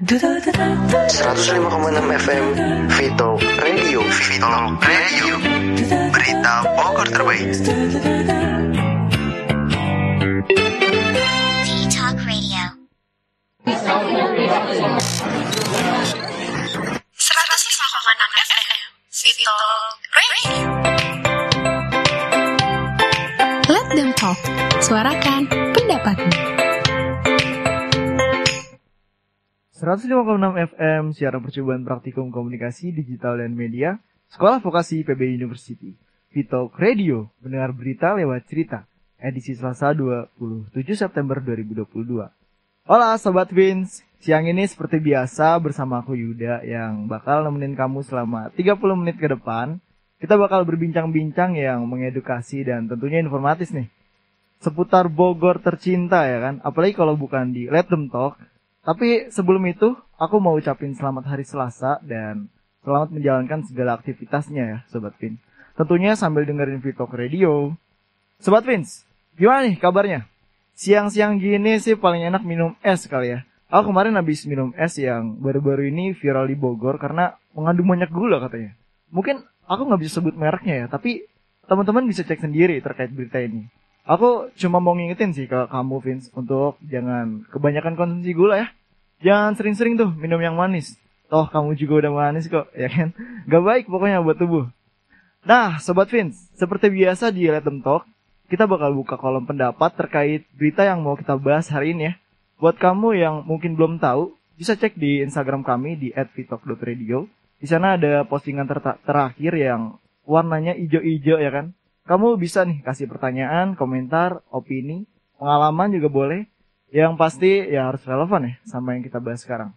105,6 FM Vito Radio. Berita Bogor terbaik. Talk Radio. 105,6 FM Vito Radio. Let them talk. Suarakan pendapatmu. 105,6 FM, siaran percobaan praktikum komunikasi digital dan media, Sekolah Vokasi PB University. Vito Radio, mendengar berita lewat cerita, edisi Selasa 27 September 2022. Hola Sobat Vince, siang ini seperti biasa bersama aku Yuda yang bakal nemenin kamu selama 30 menit ke depan. Kita bakal berbincang-bincang yang mengedukasi dan tentunya informatif nih. Seputar Bogor tercinta ya kan, apalagi kalau bukan di Let Them Talk. Tapi sebelum itu, aku mau ucapin selamat hari Selasa dan selamat menjalankan segala aktivitasnya ya, Sobat Vince. Tentunya sambil dengerin Vito Radio. Sobat Vince, gimana nih kabarnya? Siang-siang gini sih paling enak minum es kali ya. Aku kemarin habis minum es yang baru-baru ini viral di Bogor karena mengandung banyak gula katanya. Mungkin aku nggak bisa sebut mereknya ya, tapi teman-teman bisa cek sendiri terkait berita ini. Aku cuma mau ngingetin sih ke kamu Vince untuk jangan kebanyakan konsumsi gula ya. Jangan sering-sering tuh minum yang manis. Toh kamu juga udah manis kok, ya kan? Gak baik pokoknya buat tubuh. Nah, Sobat Vince, seperti biasa di Let Them Talk, kita bakal buka kolom pendapat terkait berita yang mau kita bahas hari ini ya. Buat kamu yang mungkin belum tahu, bisa cek di Instagram kami di @vitok.radio. Di sana ada postingan terakhir yang warnanya hijau-hijau ya kan? Kamu bisa nih kasih pertanyaan, komentar, opini, pengalaman juga boleh. Yang pasti ya harus relevan ya sama yang kita bahas sekarang.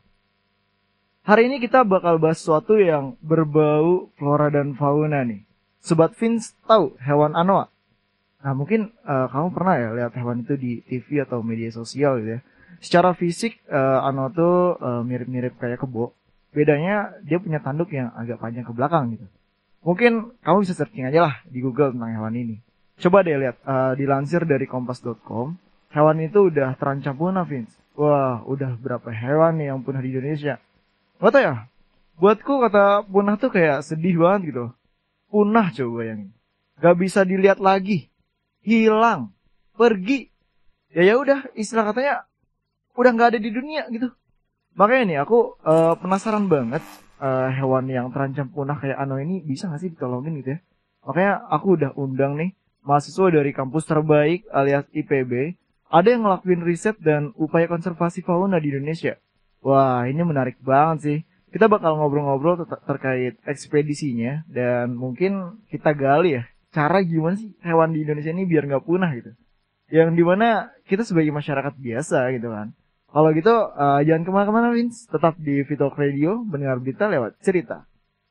Hari ini kita bakal bahas sesuatu yang berbau flora dan fauna nih. Sobat Vince tahu hewan anoa? Nah mungkin kamu pernah ya lihat hewan itu di TV atau media sosial gitu ya. Secara fisik anoa tuh mirip-mirip kayak kebo. Bedanya dia punya tanduk yang agak panjang ke belakang gitu. Mungkin kamu bisa searching aja lah di Google tentang hewan ini. Coba deh lihat, dilansir dari kompas.com, hewan itu udah terancam punah, Vince. Wah, udah berapa hewan nih yang punah di Indonesia? Gak tau ya, buatku kata punah tuh kayak sedih banget gitu. Punah coba bayangin. Gak bisa dilihat lagi. Hilang. Pergi. Ya udah, istilah katanya udah gak ada di dunia gitu. Makanya nih aku penasaran banget. Hewan yang terancam punah kayak anoa ini bisa gak sih ditolongin gitu ya. Makanya aku udah undang nih mahasiswa dari kampus terbaik alias IPB. Ada yang ngelakuin riset dan upaya konservasi fauna di Indonesia. Wah ini menarik banget sih. Kita bakal ngobrol-ngobrol terkait ekspedisinya. Dan mungkin kita gali ya cara gimana sih hewan di Indonesia ini biar gak punah gitu. Yang dimana kita sebagai masyarakat biasa gitu kan. Kalau gitu, jangan kemana-mana Vince. Tetap di Vito Radio, mendengar berita lewat cerita.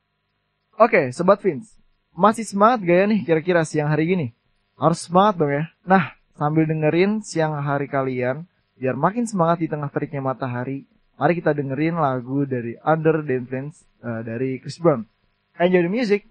Oke, Sobat Vince. Masih semangat gak ya nih kira-kira siang hari gini? Harus semangat dong ya. Nah, sambil dengerin siang hari kalian, biar makin semangat di tengah teriknya matahari, mari kita dengerin lagu dari Under the Influence dari Chris Brown. Enjoy the music.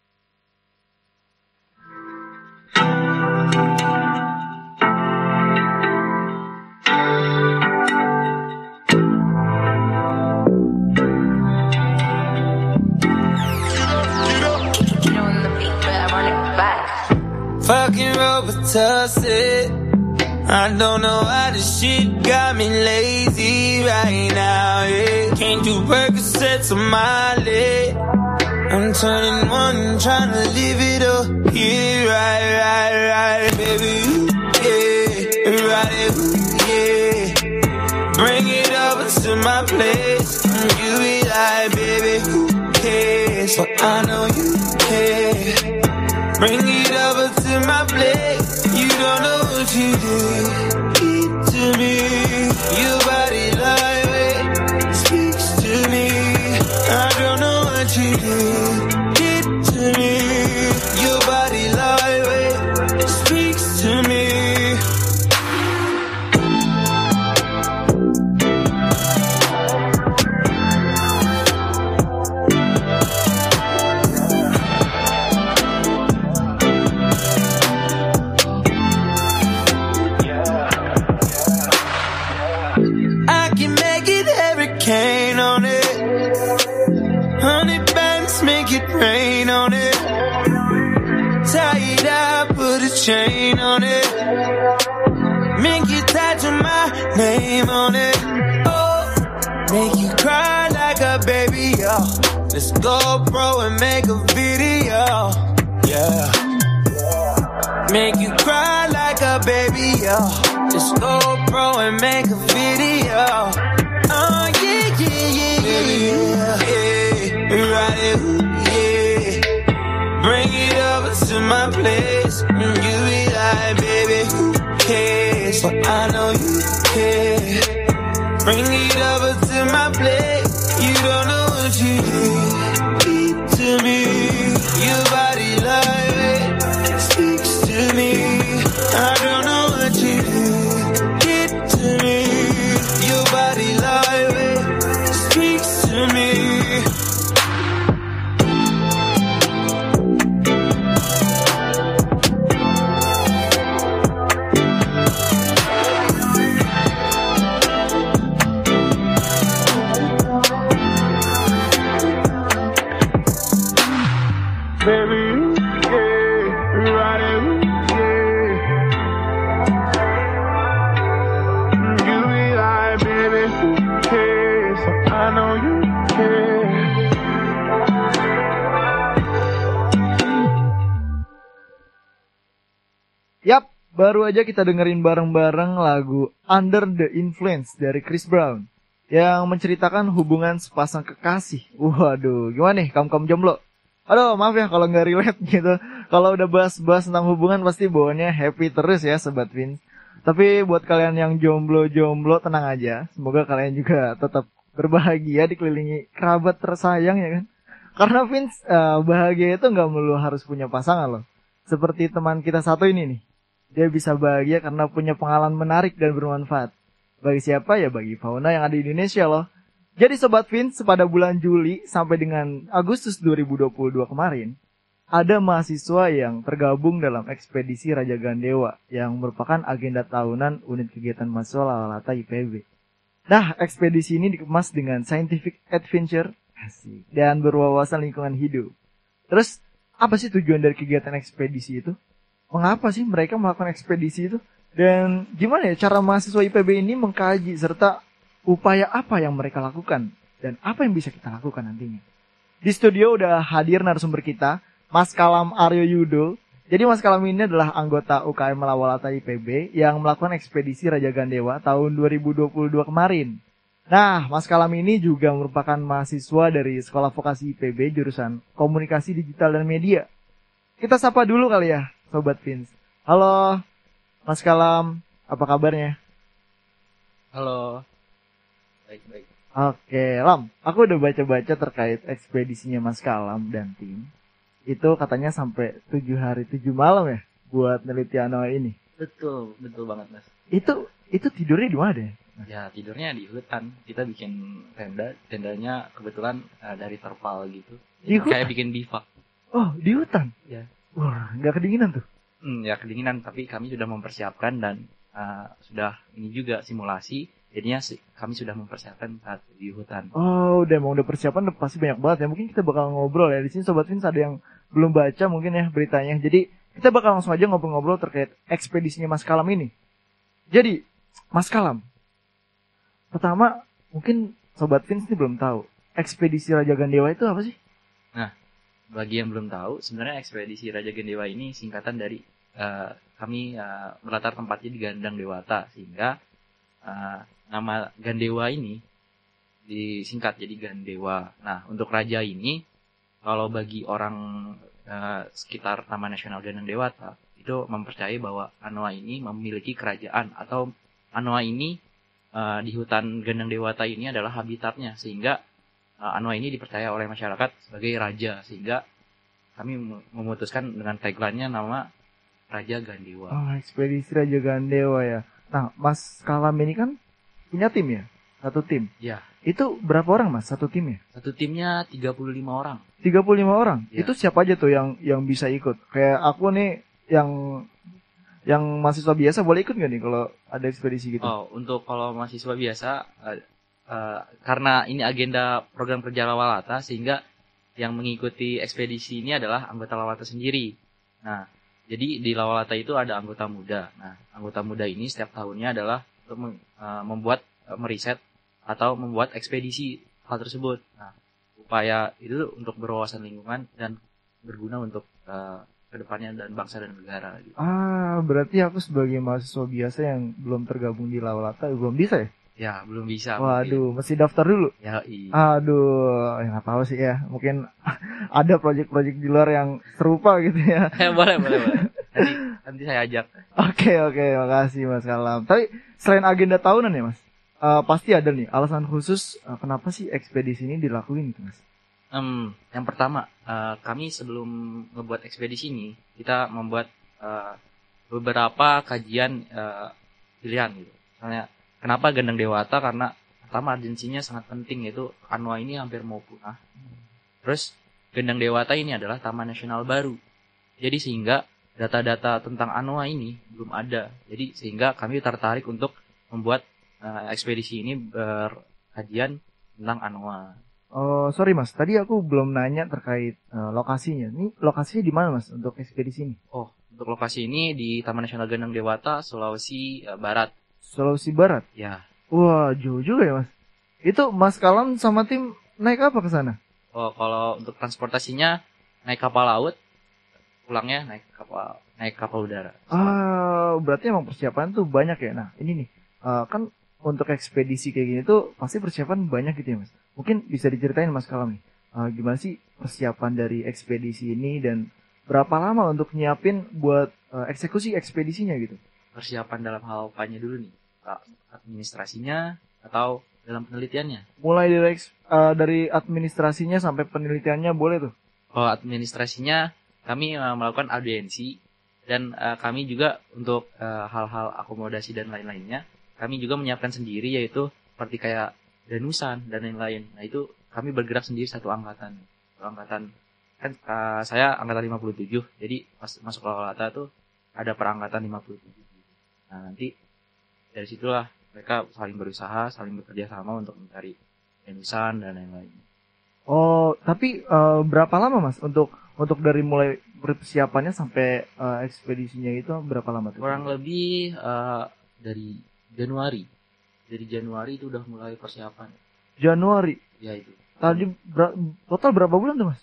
Fucking Robitussin. I don't know why this shit got me lazy right now, yeah. Can't do Percocets on my leg. I'm turning one, trying to live it up. Yeah, right, baby, ooh, yeah. Ride it, ooh, yeah. Bring it over to my place. You be like, baby, who cares? But I know you care. Bring it over to my place. You don't know what you did to me. Your body lightweight speaks to me. I don't know what you did to me. Your body lightweight speaks to me. name on it. Oh, make you cry like a baby, yo. Let's go pro and make a video, yeah. Make you cry like a baby, yo. Let's go pro and make a video. Oh yeah, yeah, yeah, baby, yeah. Ride it, yeah. Bring it over to my place. You be like, baby, who cares? But I know you care. Bring it over to my place. You don't know what you did to me. Your body like it speaks to me. I don't know what you did to me. Your body like it speaks to me. Baby, yeah, right yeah. You be like, baby, who cares? I know you care. Yap, baru aja kita dengerin bareng-bareng lagu Under the Influence dari Chris Brown yang menceritakan hubungan sepasang kekasih. Waduh, gimana nih kaum-kaum jomblo? Aduh, maaf ya kalau nggak relate gitu. Kalau udah bahas-bahas tentang hubungan pasti bawaannya happy terus ya Sobat Vince. Tapi buat kalian yang jomblo-jomblo tenang aja. Semoga kalian juga tetap berbahagia dikelilingi kerabat tersayang ya kan. Karena Vince bahagia itu nggak melulu harus punya pasangan loh. Seperti teman kita satu ini nih. Dia bisa bahagia karena punya pengalaman menarik dan bermanfaat. Bagi siapa ya? Bagi fauna yang ada di Indonesia loh. Jadi Sobat Vince, pada bulan Juli sampai dengan Agustus 2022 kemarin, ada mahasiswa yang tergabung dalam ekspedisi Raja Gandewa yang merupakan agenda tahunan unit kegiatan mahasiswa Lalata IPB. Nah, ekspedisi ini dikemas dengan scientific adventure dan berwawasan lingkungan hidup. Terus, apa sih tujuan dari kegiatan ekspedisi itu? Mengapa sih mereka melakukan ekspedisi itu? Dan gimana ya cara mahasiswa IPB ini mengkaji serta upaya apa yang mereka lakukan dan apa yang bisa kita lakukan nantinya. Di studio udah hadir narasumber kita, Mas Kalam Aryo Yudo. Jadi Mas Kalam ini adalah anggota UKM Lawalata IPB yang melakukan ekspedisi Raja Gandewa tahun 2022 kemarin. Nah, Mas Kalam ini juga merupakan mahasiswa dari Sekolah Vokasi IPB jurusan Komunikasi Digital dan Media. Kita sapa dulu kali ya, Sobat Vince. Halo, Mas Kalam, apa kabarnya? Halo. Baik. Oke, Lam, aku udah baca-baca terkait ekspedisinya Mas Kalam dan tim. Itu katanya sampai 7 hari 7 malam ya buat neliti anoa ini. Betul banget, Mas. Itu tidurnya di mana deh? Ya, tidurnya di hutan. Kita bikin tendanya kebetulan dari terpal gitu. Di hutan? Kayak bikin bivak. Oh, di hutan? Ya. Wah, nggak kedinginan tuh? Ya kedinginan, tapi kami sudah mempersiapkan dan sudah ini juga simulasi. Jadinya kami sudah mempersiapkan saat di hutan. Oh, udah persiapan pasti banyak banget ya. Mungkin kita bakal ngobrol ya. Di sini Sobat Vince ada yang belum baca mungkin ya beritanya. Jadi kita bakal langsung aja ngobrol-ngobrol terkait ekspedisinya Mas Kalam ini. Jadi, Mas Kalam, pertama mungkin Sobat Vince ini belum tahu. Ekspedisi Raja Gandewa itu apa sih? Nah, bagi yang belum tahu, sebenarnya ekspedisi Raja Gandewa ini singkatan dari kami berlatar tempatnya di Gandang Dewata, sehingga nama Gandewa ini disingkat jadi Gandewa. Nah, untuk raja ini, kalau bagi orang sekitar Taman Nasional Gandang Dewata, itu mempercayai bahwa Anoa ini memiliki kerajaan, atau Anoa ini di hutan Gandang Dewata ini adalah habitatnya, sehingga Anoa ini dipercaya oleh masyarakat sebagai raja, sehingga kami memutuskan dengan tagline-nya nama Raja Gandewa. Oh, ekspedisi Raja Gandewa ya. Nah, Mas Kalam ini kan punya tim ya? Satu tim? Ya. Itu berapa orang Mas satu timnya? Satu timnya 35 orang. 35 orang? Ya. Itu siapa aja tuh yang bisa ikut? Kayak aku nih yang mahasiswa biasa boleh ikut gak nih kalau ada ekspedisi gitu? Oh, untuk kalau mahasiswa biasa, karena ini agenda program kerja Lawalata, sehingga yang mengikuti ekspedisi ini adalah anggota Lawalata sendiri. Nah, jadi di Lawalata itu ada anggota muda. Nah, anggota muda ini setiap tahunnya adalah untuk membuat meriset atau membuat ekspedisi hal tersebut. Nah, upaya itu untuk berwawasan lingkungan dan berguna untuk kedepannya dan bangsa dan negara. Gitu. Berarti aku sebagai mahasiswa biasa yang belum tergabung di Lawalata belum bisa ya? Ya, belum bisa. Waduh, mesti daftar dulu. Ya, iya. Aduh, nggak tahu sih ya. Mungkin ada proyek-proyek di luar yang serupa gitu ya. boleh. Nanti saya ajak. Oke, makasih Mas Kalam. Tapi selain agenda tahunan ya Mas, pasti ada nih alasan khusus kenapa sih ekspedisi ini dilakuin gitu Mas? Yang pertama, kami sebelum membuat ekspedisi ini, kita membuat beberapa kajian pilihan gitu. Misalnya, kenapa Gendang Dewata? Karena pertama urgensinya sangat penting, yaitu Anoa ini hampir mau punah. Terus Gendang Dewata ini adalah Taman Nasional baru. Jadi sehingga data-data tentang Anoa ini belum ada. Jadi sehingga kami tertarik untuk membuat ekspedisi ini berkajian tentang Anoa. Oh, sorry Mas, tadi aku belum nanya terkait lokasinya. Ini lokasinya di mana Mas untuk ekspedisi ini? Oh, untuk lokasi ini di Taman Nasional Gendang Dewata, Sulawesi Barat. Sulawesi Barat? Ya. Wah, jauh juga ya Mas. Itu Mas Kalam sama tim naik apa ke sana? Oh, kalau untuk transportasinya naik kapal laut, pulangnya naik kapal udara. Berarti emang persiapan tuh banyak ya. Nah, ini nih, kan untuk ekspedisi kayak gini tuh pasti persiapan banyak gitu ya Mas. Mungkin bisa diceritain Mas Kalam nih, gimana sih persiapan dari ekspedisi ini dan berapa lama untuk nyiapin buat eksekusi ekspedisinya gitu? Persiapan dalam hal apanya dulu nih? Administrasinya atau dalam penelitiannya? Mulai dari administrasinya sampai penelitiannya boleh tuh. Kalau administrasinya kami melakukan audiensi dan kami juga untuk hal-hal akomodasi dan lain-lainnya kami juga menyiapkan sendiri, yaitu seperti kayak danusan dan lain-lain. Nah itu kami bergerak sendiri satu angkatan. Kan saya angkatan 57, jadi pas masuk Lawalata tuh ada perangkatan 57. Nah nanti dari situlah mereka saling berusaha, saling bekerja sama untuk mencari danusan dan lain-lain. Oh, tapi berapa lama Mas untuk dari mulai persiapannya sampai ekspedisinya itu berapa lama tuh? Kurang lebih dari Januari. Dari Januari itu udah mulai persiapan. Januari? Ya itu. Tadi total berapa bulan tuh Mas?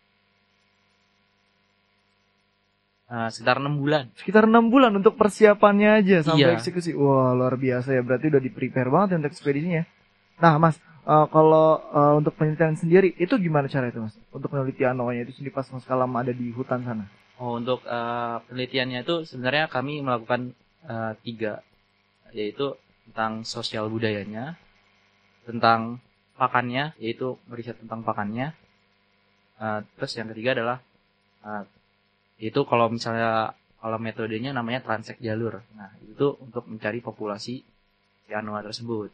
Sekitar 6 bulan. Sekitar 6 bulan untuk persiapannya aja sampai Iya. eksekusi. Wah, luar biasa ya. Berarti udah di-prepare banget untuk ekspedisinya. Nah Mas, kalau untuk penelitian sendiri itu gimana cara itu Mas? Untuk meneliti Anoa-nya itu sendiri pas Mas Kalam ada di hutan sana. Oh, untuk penelitiannya itu sebenarnya kami melakukan 3, yaitu tentang sosial budayanya, tentang pakannya, yaitu meriset tentang pakannya. Terus yang ketiga adalah itu kalau metodenya namanya transek jalur. Nah, itu untuk mencari populasi si Anoa tersebut.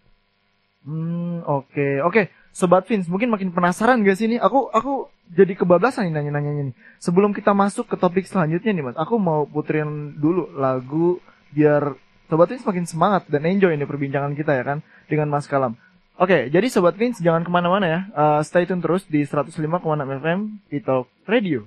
Oke. Sobat Vince, mungkin makin penasaran gak sih nih? Aku jadi kebablasan nih nanya-nanyanya nih. Sebelum kita masuk ke topik selanjutnya nih Mas, aku mau puterin dulu lagu biar Sobat Vince makin semangat dan enjoy nih perbincangan kita ya kan dengan Mas Kalam. Oke, jadi Sobat Vince jangan kemana-mana ya. Stay tune terus di 105,6 FM Vitalk Radio.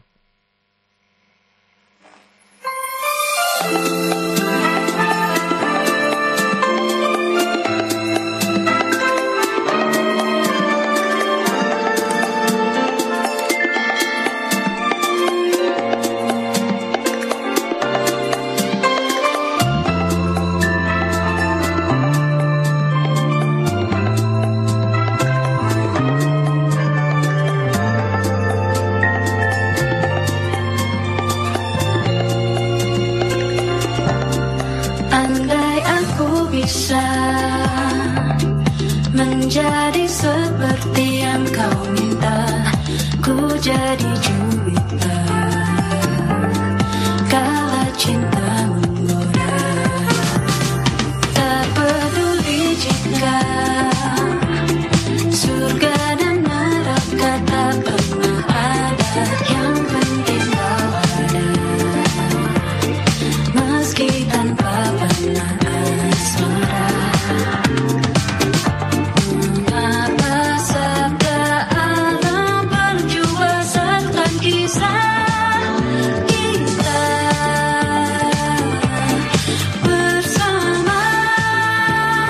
Andai aku bisa menjadi seperti yang kau minta, ku jadi Jupiter kala cinta menggoda. Tak peduli jika surga dan neraka tak pernah ada, yang penting kau ada, meski tanpa pernah asmara. Mengapa sabda alam berjua sertan kisah kita bersama?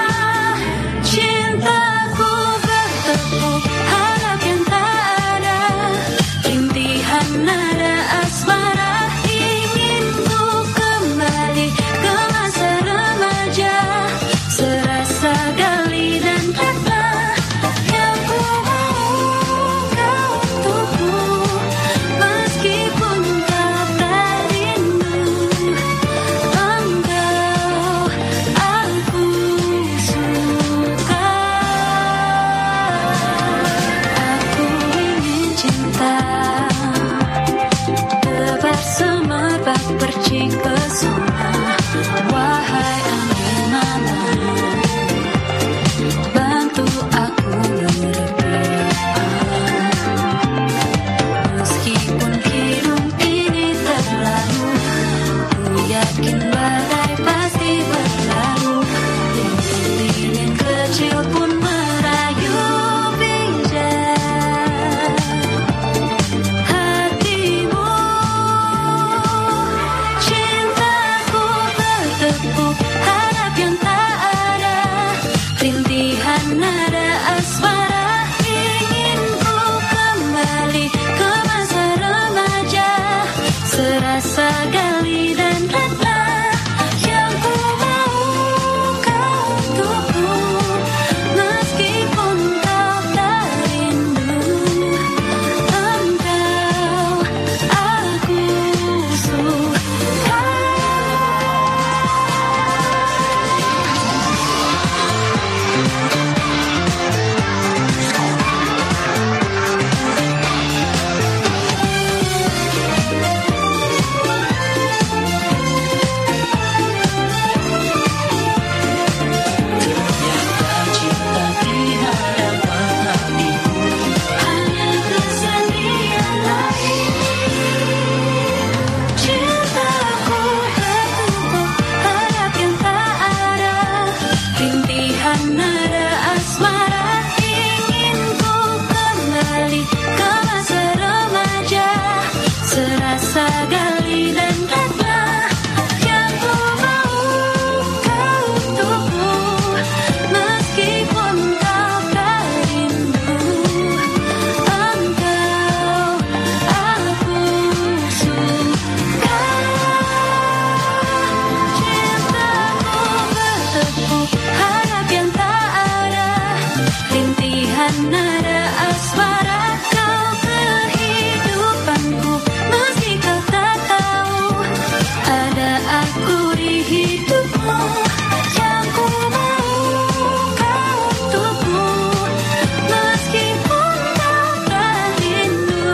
nada asmara kau kehidupanku. Meski kau tak tahu ada aku di hidupmu, yang ku mau kau untukku. Meskipun kau tak rindu,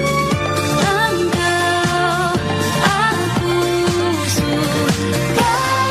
engkau aku suka.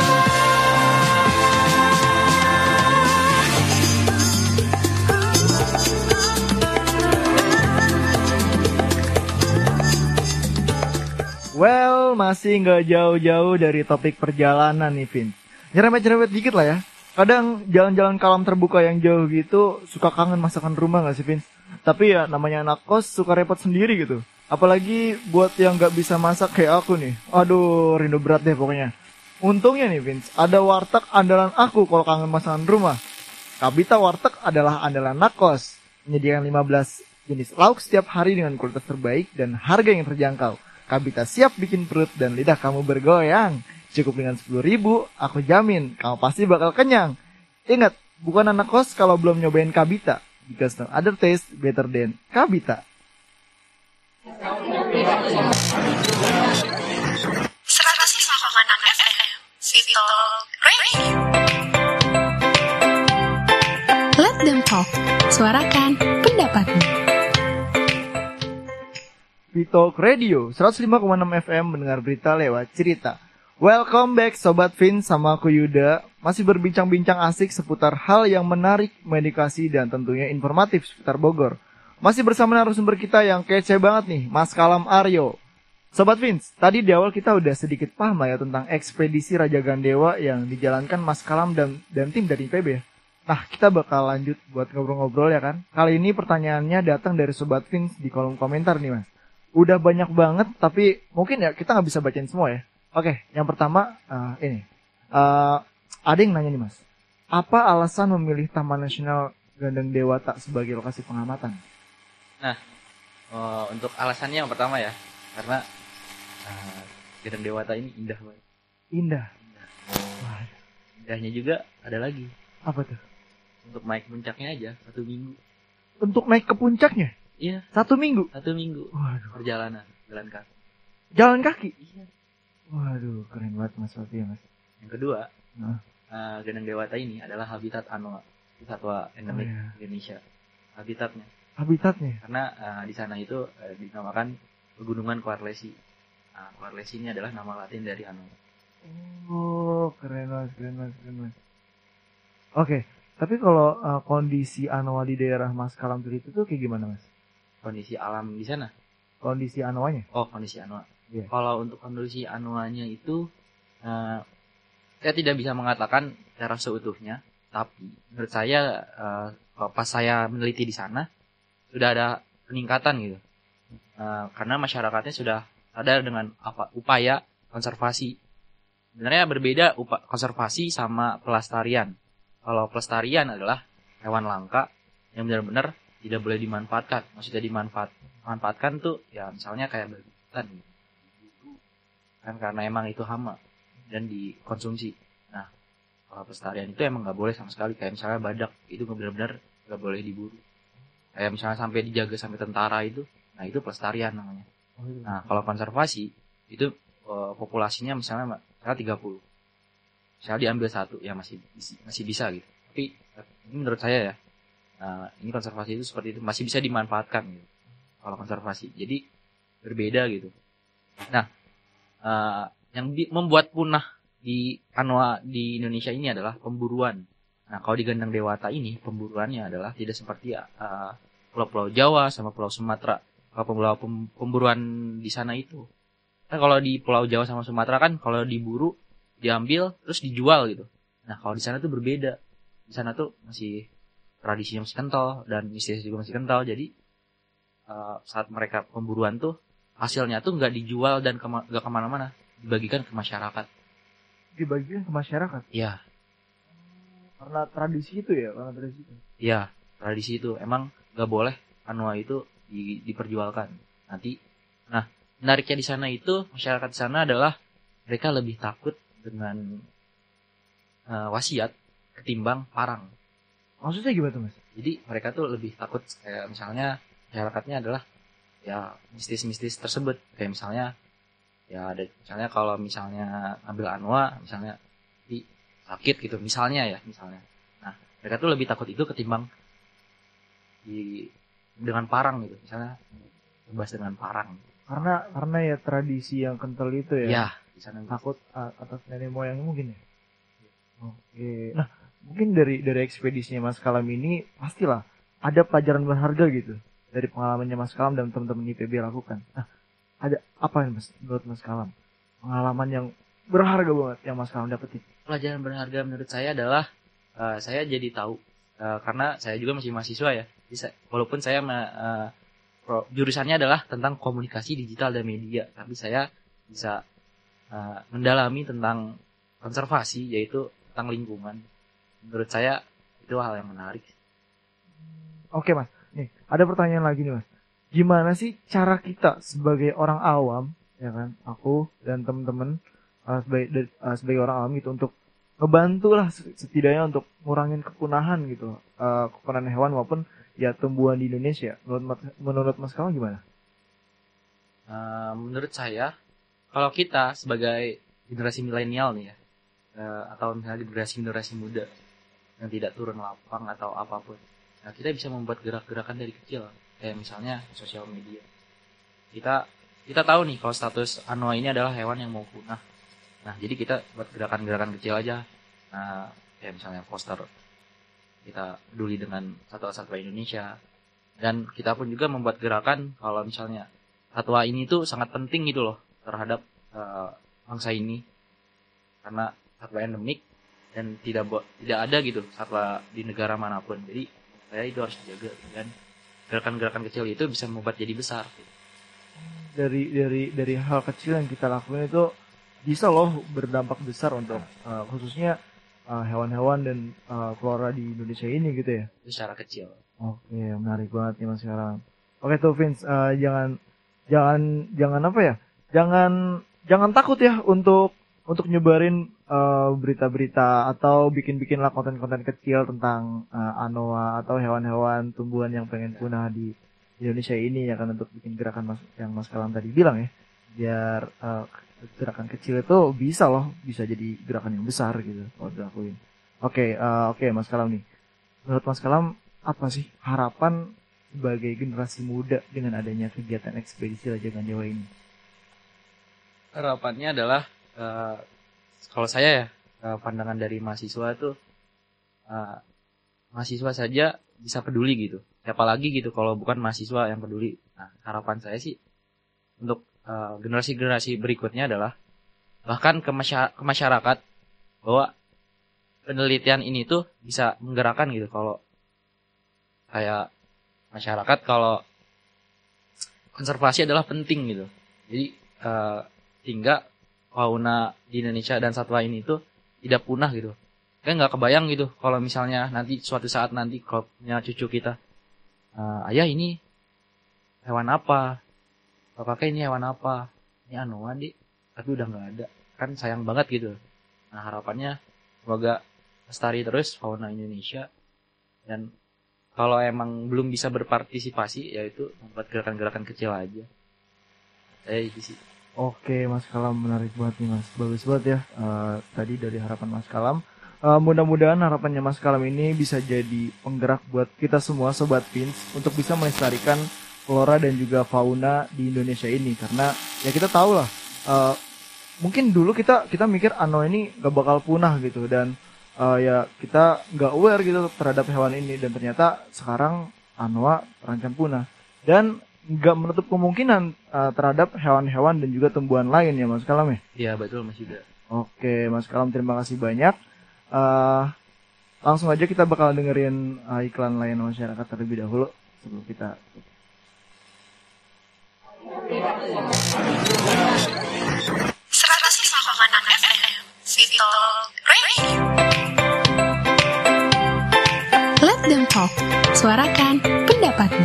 Well, masih nggak jauh-jauh dari topik perjalanan nih, Vin. Nyerempet-nyerempet dikit lah ya. Kadang jalan-jalan ke alam terbuka yang jauh gitu, suka kangen masakan rumah nggak sih, Vin? Tapi ya, namanya anak kos suka repot sendiri gitu. Apalagi buat yang nggak bisa masak kayak aku nih. Aduh, rindu berat deh pokoknya. Untungnya nih, Vin, ada warteg andalan aku kalau kangen masakan rumah. Kabita Warteg adalah andalan anak kos. Menyediakan 15 jenis lauk setiap hari dengan kualitas terbaik dan harga yang terjangkau. Kabita siap bikin perut dan lidah kamu bergoyang. Cukup dengan 10.000, aku jamin kamu pasti bakal kenyang. Ingat, bukan anak kos kalau belum nyobain Kabita. Because no other taste better than Kabita. 105,6 FM Vito Radio. Let them talk. Suarakan pendapatmu. Vito Radio 105,6 FM mendengar berita lewat cerita. Welcome back Sobat Vin, sama aku Yuda. Masih berbincang-bincang asik seputar hal yang menarik, medikasi dan tentunya informatif seputar Bogor. Masih bersama narasumber kita yang kece banget nih, Mas Kalam Aryo. Sobat Vince, tadi di awal kita udah sedikit paham lah ya tentang ekspedisi Raja Gandewa yang dijalankan Mas Kalam dan tim dari IPB ya. Nah, kita bakal lanjut buat ngobrol-ngobrol ya kan. Kali ini pertanyaannya datang dari Sobat Vince di kolom komentar nih Mas. Udah banyak banget, tapi mungkin ya kita nggak bisa bacain semua ya. Oke, yang pertama ini. Ada yang nanya nih Mas. Apa alasan memilih Taman Nasional Gandeng Dewata sebagai lokasi pengamatan? Nah, untuk alasannya yang pertama ya, karena Gandeng Dewata ini indah banget. Indah. Wah, indahnya juga ada lagi. Apa tuh? Untuk naik puncaknya aja 1 minggu. Untuk naik ke puncaknya? Iya, 1 minggu? 1 minggu. Waduh. Perjalanan, jalan kaki. Jalan kaki? Iya. Waduh, keren banget Mas Fatih ya Mas. Yang kedua, Nah. Gandeng Dewata ini adalah habitat anoa, satwa endemik iya. Indonesia. Habitatnya. Habitatnya? Karena di sana itu dinamakan Pegunungan Quarlesi. Quarlesi ini adalah nama Latin dari anoa. Oh, keren Mas. Oke, tapi kalau kondisi anoa di daerah Mas Kalam itu tuh kayak gimana Mas? Kondisi alam di sana. Kondisi anoanya? Oh, kondisi anoa. Iya. Kalau untuk kondisi anoanya itu saya tidak bisa mengatakan secara seutuhnya, tapi menurut saya pas saya meneliti di sana sudah ada peningkatan gitu. Karena masyarakatnya sudah sadar dengan upaya konservasi. Sebenarnya berbeda konservasi sama pelestarian. Kalau pelestarian adalah hewan langka yang benar-benar tidak boleh dimanfaatkan. Maksudnya dimanfaatkan tuh ya misalnya kayak babi hutan gitu. Kan karena emang itu hama dan dikonsumsi. Nah, kalau pelestarian itu emang nggak boleh sama sekali. Kayak misalnya badak itu benar-benar nggak boleh diburu. Kayak misalnya sampai dijaga sampai tentara itu, nah itu pelestarian namanya. Nah, kalau konservasi itu populasinya misalnya 30. Misalnya diambil 1 ya masih bisa gitu. Tapi ini menurut saya ya, ini konservasi itu seperti itu masih bisa dimanfaatkan gitu. Kalau konservasi, jadi berbeda gitu. Nah, yang membuat punah di anoa di Indonesia ini adalah pemburuan. Nah, kalau di Gandeng Dewata ini pemburuannya adalah tidak seperti pulau-pulau Jawa sama Pulau Sumatera. Kalau pemburuan di sana itu, kan kalau di Pulau Jawa sama Sumatera kan kalau diburu diambil terus dijual gitu. Nah, kalau di sana tuh berbeda. Di sana tuh masih tradisinya masih kental dan mistisnya juga masih kental. Jadi saat mereka pemburuan tuh hasilnya tuh nggak dijual dan nggak kemana-mana, dibagikan ke masyarakat. Dibagikan ke masyarakat? Iya. Karena tradisi itu ya? Iya, tradisi itu. Emang nggak boleh anoa itu diperjualkan. Nah, menariknya di sana itu, masyarakat di sana adalah mereka lebih takut dengan wasiat ketimbang parang. Maksudnya gimana tuh Mas? Jadi mereka tuh lebih takut kayak misalnya masyarakatnya adalah ya mistis-mistis tersebut. Kayak misalnya ya ada misalnya kalau misalnya ambil anwa misalnya di sakit gitu misalnya. Nah, mereka tuh lebih takut itu ketimbang dengan parang gitu. Misalnya bebas dengan parang. Karena ya tradisi yang kental itu ya. Ya, di sana Takut atas nenek moyangnya mungkin ya. Oke. Nah, mungkin dari ekspedisinya Mas Kalam ini pastilah ada pelajaran berharga gitu dari pengalamannya Mas Kalam dan teman-teman IPB lakukan. Nah, ada apa Mas menurut Mas Kalam? Pengalaman yang berharga banget yang Mas Kalam dapetin. Pelajaran berharga menurut saya adalah saya jadi tahu karena saya juga masih mahasiswa ya. Walaupun saya jurusannya adalah tentang komunikasi digital dan media, tapi saya bisa mendalami tentang konservasi, yaitu tentang lingkungan. Menurut saya itu hal yang menarik. Oke Mas, nih ada pertanyaan lagi nih Mas. Gimana sih cara kita sebagai orang awam, ya kan, aku dan teman-teman sebagai orang awam gitu untuk ngebantu lah setidaknya untuk ngurangin kepunahan gitu, kepunahan hewan maupun ya tumbuhan di Indonesia. Menurut Mas Kalam gimana? Menurut saya, kalau kita sebagai generasi milenial nih ya, atau misalnya generasi muda yang tidak turun lapang atau apapun, nah kita bisa membuat gerak-gerakan dari kecil, kayak misalnya sosial media. Kita tahu nih kalau status Anoa ini adalah hewan yang mau punah. Nah jadi kita buat gerakan-gerakan kecil aja. Nah kayak misalnya poster kita peduli dengan satwa-satwa Indonesia, dan kita pun juga membuat gerakan kalau misalnya satwa ini tuh sangat penting gitu loh terhadap bangsa ini, karena satwa endemik dan tidak ada gitu satwa di negara manapun. Jadi saya itu harus dijaga, dan gerakan-gerakan kecil itu bisa membuat jadi besar gitu. Dari hal kecil yang kita lakukan itu bisa loh berdampak besar untuk khususnya hewan-hewan dan flora di Indonesia ini gitu ya. Itu secara kecil. Oke, menarik banget nih Mas sekarang. Oke tuh Vince, jangan apa ya? Jangan takut ya untuk nyebarin berita-berita atau bikin lah konten-konten kecil tentang anoa atau hewan-hewan tumbuhan yang pengen punah di Indonesia ini, ya kan, untuk bikin gerakan yang Mas Kalam tadi bilang ya, biar gerakan kecil itu bisa jadi gerakan yang besar gitu kalau dilakuin. Oke, Mas Kalam nih, menurut Mas Kalam apa sih harapan sebagai generasi muda dengan adanya kegiatan ekspedisi Raja Gandewa ini? Harapannya adalah kalau saya ya, pandangan dari mahasiswa tuh mahasiswa saja bisa peduli gitu. Siapa lagi gitu kalau bukan mahasiswa yang peduli. Nah, harapan saya sih untuk generasi-generasi berikutnya adalah bahkan ke masyarakat, bahwa penelitian ini tuh bisa menggerakkan gitu. Kalau kayak masyarakat, kalau konservasi adalah penting gitu. Jadi hingga fauna di Indonesia dan satwa ini tuh tidak punah gitu. Kayak nggak kebayang gitu kalau misalnya nanti suatu saat nanti kalau punya cucu kita, ayah ini hewan apa, kakak ini hewan apa, ini anoa dik, tapi udah nggak ada, kan sayang banget gitu. Nah harapannya semoga lestari terus fauna Indonesia, dan kalau emang belum bisa berpartisipasi, yaitu membuat gerakan-gerakan kecil aja. Itu sih. Oke, Mas Kalam, menarik banget nih Mas, bagus banget ya tadi dari harapan Mas Kalam. Mudah-mudahan harapannya Mas Kalam ini bisa jadi penggerak buat kita semua Sobat Vince untuk bisa melestarikan flora dan juga fauna di Indonesia ini, karena ya kita tahu lah, mungkin dulu kita mikir anoa ini gak bakal punah gitu, dan ya kita gak aware gitu terhadap hewan ini, dan ternyata sekarang anoa terancam punah dan gak menutup kemungkinan terhadap hewan-hewan dan juga tumbuhan lain ya Mas Kalam ya. Iya betul Mas Yuda. Oke Mas Kalam, terima kasih banyak. Langsung aja kita bakal dengerin iklan layanan masyarakat terlebih dahulu sebelum kita 105,6 FM Vito Radio. Let them talk. Suarakan pendapatmu.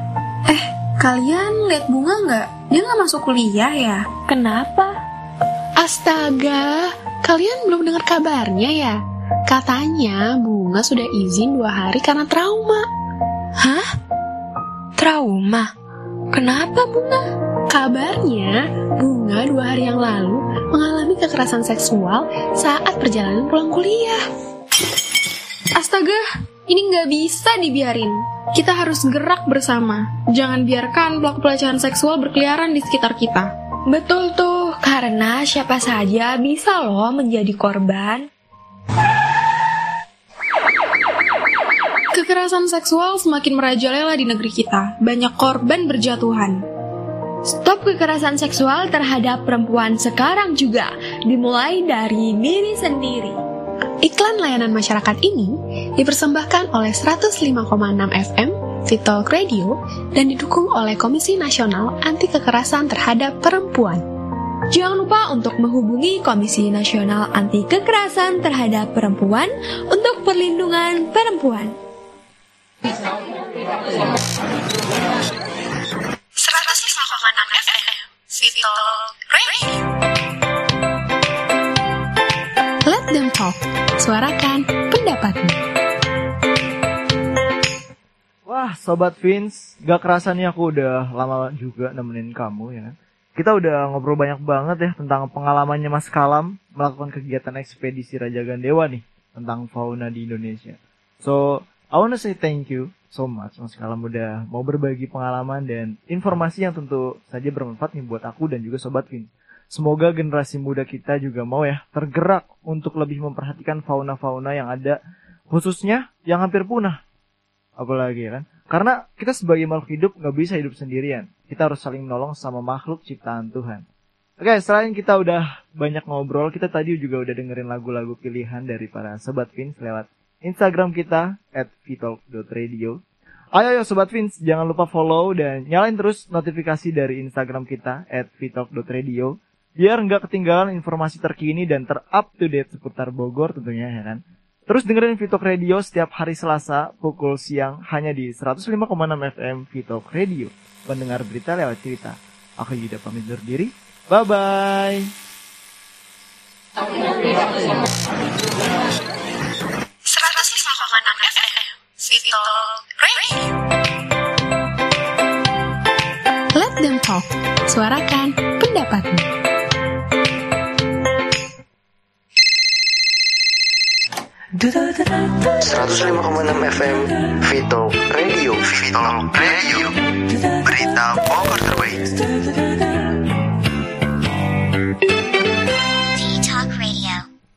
Kalian lihat Bunga nggak? Dia nggak masuk kuliah ya? Kenapa? Astaga, kalian belum dengar kabarnya ya? Katanya Bunga sudah izin 2 hari karena trauma. Hah? Trauma? Kenapa, Bunga? Kabarnya, Bunga 2 hari yang lalu mengalami kekerasan seksual saat perjalanan pulang kuliah. Astaga, ini nggak bisa dibiarin. Kita harus gerak bersama. Jangan biarkan pelaku pelecehan seksual berkeliaran di sekitar kita. Betul tuh, karena siapa saja bisa loh menjadi korban. Kekerasan seksual semakin merajalela di negeri kita. Banyak korban berjatuhan. Stop kekerasan seksual terhadap perempuan sekarang juga, dimulai dari diri sendiri. Iklan layanan masyarakat ini dipersembahkan oleh 105,6 FM Vitalk Radio dan didukung oleh Komisi Nasional Anti Kekerasan Terhadap Perempuan. Jangan lupa untuk menghubungi Komisi Nasional Anti Kekerasan Terhadap Perempuan untuk perlindungan perempuan. 105,6 FM Vitalk Radio. Let them talk, suarakan pendapatmu. Wah, Sobat Vince, gak kerasa nih aku udah lama juga nemenin kamu ya. Kita udah ngobrol banyak banget ya tentang pengalamannya Mas Kalam melakukan kegiatan ekspedisi Raja Gandewa nih tentang fauna di Indonesia. So, I wanna say thank you so much Mas Kalam udah mau berbagi pengalaman dan informasi yang tentu saja bermanfaat nih buat aku dan juga Sobat Vince. Semoga generasi muda kita juga mau ya tergerak untuk lebih memperhatikan fauna-fauna yang ada, khususnya yang hampir punah. Apalagi kan, karena kita sebagai makhluk hidup gak bisa hidup sendirian. Kita harus saling menolong sama makhluk ciptaan Tuhan. Oke, selain kita udah banyak ngobrol, kita tadi juga udah dengerin lagu-lagu pilihan dari para Sobat Vince lewat Instagram kita @vitalk.radio. Ayo Sobat Vince, jangan lupa follow dan nyalain terus notifikasi dari Instagram kita @vitalk.radio. Biar nggak ketinggalan informasi terkini dan ter-up to date seputar Bogor tentunya ya kan. Terus dengerin Vitalk Radio setiap hari Selasa pukul siang hanya di 105,6 FM Vitalk Radio. Mendengar berita lewat cerita. Aku Yuda pamit undur diri. Bye-bye. 105,6 FM Vitalk Radio. Let them talk, suarakan pendapatmu. FM Vitalk Radio. Vitalk Radio. Berita Bogor terbaik.